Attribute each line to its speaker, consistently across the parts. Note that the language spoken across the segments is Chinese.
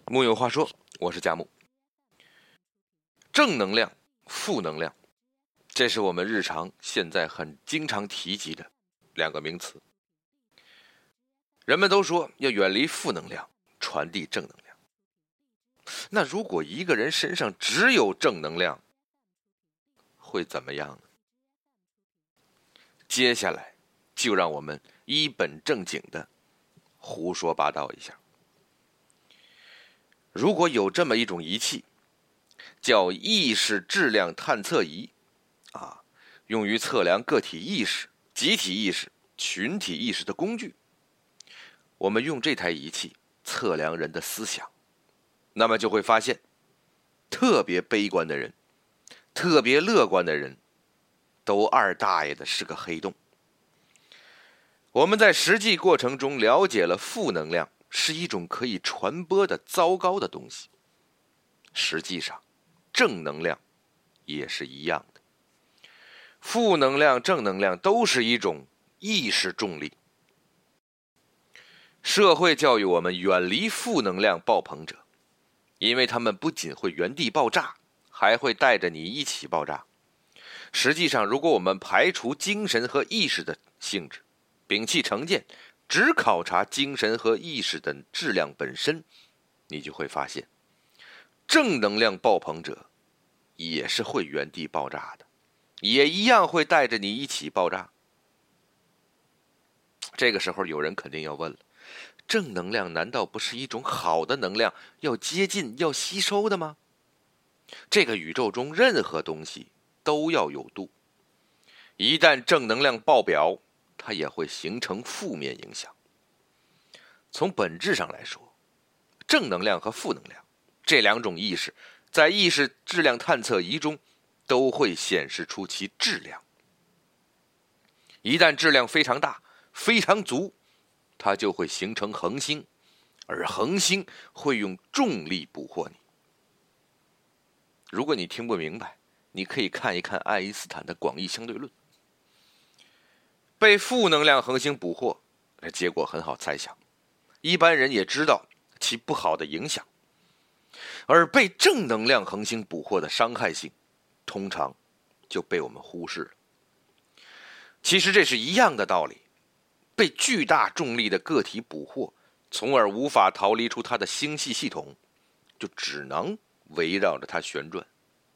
Speaker 1: 木有话说，我是佳木。正能量、负能量，这是我们日常现在很经常提及的两个名词。人们都说要远离负能量，传递正能量。那如果一个人身上只有正能量，会怎么样呢？接下来就让我们一本正经的胡说八道一下。如果有这么一种仪器，叫意识质量探测仪，用于测量个体意识、集体意识、群体意识的工具。我们用这台仪器测量人的思想，那么就会发现，特别悲观的人、特别乐观的人，都二大爷的是个黑洞。我们在实际过程中了解了负能量是一种可以传播的糟糕的东西，实际上正能量也是一样的。负能量、正能量都是一种意识重力。社会教育我们远离负能量爆棚者，因为他们不仅会原地爆炸，还会带着你一起爆炸。实际上，如果我们排除精神和意识的性质，摒弃成见，只考察精神和意识的质量本身，你就会发现，正能量爆棚者也是会原地爆炸的，也一样会带着你一起爆炸。这个时候有人肯定要问了，正能量难道不是一种好的能量，要接近、要吸收的吗？这个宇宙中任何东西都要有度，一旦正能量爆表，它也会形成负面影响。从本质上来说，正能量和负能量这两种意识，在意识质量探测仪中都会显示出其质量。一旦质量非常大、非常足，它就会形成恒星，而恒星会用重力捕获你。如果你听不明白，你可以看一看爱因斯坦的广义相对论。被负能量恒星捕获，结果很好猜想，一般人也知道其不好的影响。而被正能量恒星捕获的伤害性，通常就被我们忽视了。其实这是一样的道理，被巨大重力的个体捕获，从而无法逃离出它的星系系统，就只能围绕着它旋转。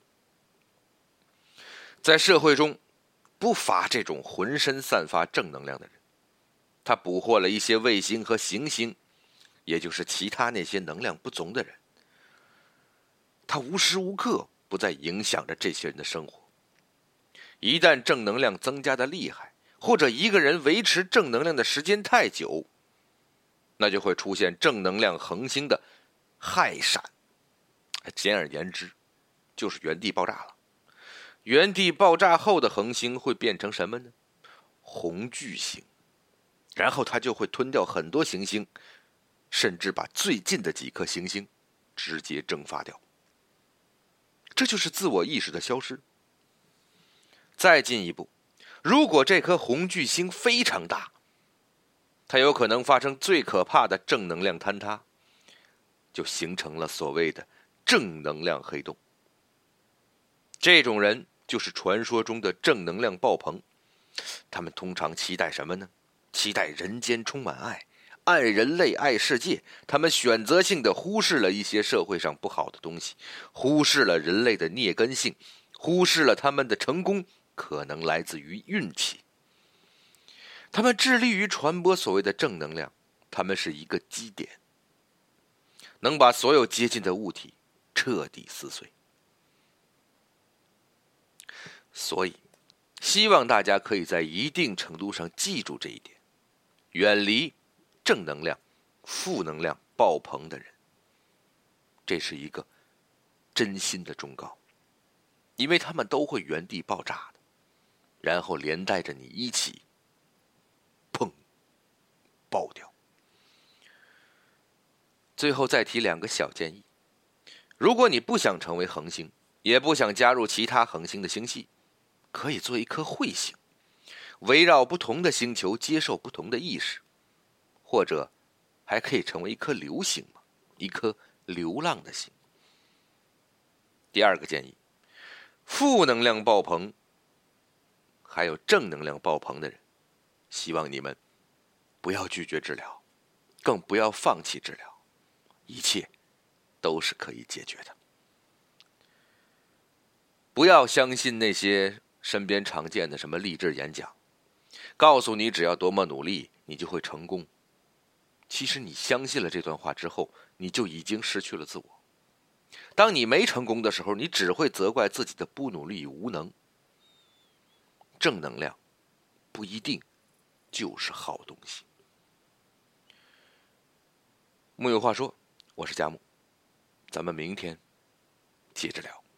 Speaker 1: 在社会中，不乏这种浑身散发正能量的人，他捕获了一些卫星和行星，也就是其他那些能量不足的人，他无时无刻不在影响着这些人的生活。一旦正能量增加的厉害，或者一个人维持正能量的时间太久，那就会出现正能量恒星的氦闪。简而言之，就是原地爆炸了。原地爆炸后的恒星会变成什么呢？红巨星。然后它就会吞掉很多行星，甚至把最近的几颗行星直接蒸发掉。这就是自我意识的消失。再进一步，如果这颗红巨星非常大，它有可能发生最可怕的正能量坍塌，就形成了所谓的正能量黑洞。这种人就是传说中的正能量爆棚。他们通常期待什么呢？期待人间充满爱，爱人类，爱世界。他们选择性地忽视了一些社会上不好的东西，忽视了人类的劣根性，忽视了他们的成功可能来自于运气。他们致力于传播所谓的正能量，他们是一个基点，能把所有接近的物体彻底撕碎。所以希望大家可以在一定程度上记住这一点，远离正能量、负能量爆棚的人。这是一个真心的忠告，因为他们都会原地爆炸的，然后连带着你一起砰爆掉。最后再提两个小建议。如果你不想成为恒星，也不想加入其他恒星的星系，可以做一颗彗星，围绕不同的星球接受不同的意识，或者还可以成为一颗流星嘛，一颗流浪的心。第二个建议，负能量爆棚还有正能量爆棚的人，希望你们不要拒绝治疗，更不要放弃治疗，一切都是可以解决的。不要相信那些身边常见的什么励志演讲，告诉你只要多么努力你就会成功。其实你相信了这段话之后，你就已经失去了自我。当你没成功的时候，你只会责怪自己的不努力与无能。正能量不一定就是好东西。木有话说，我是佳木，咱们明天接着聊。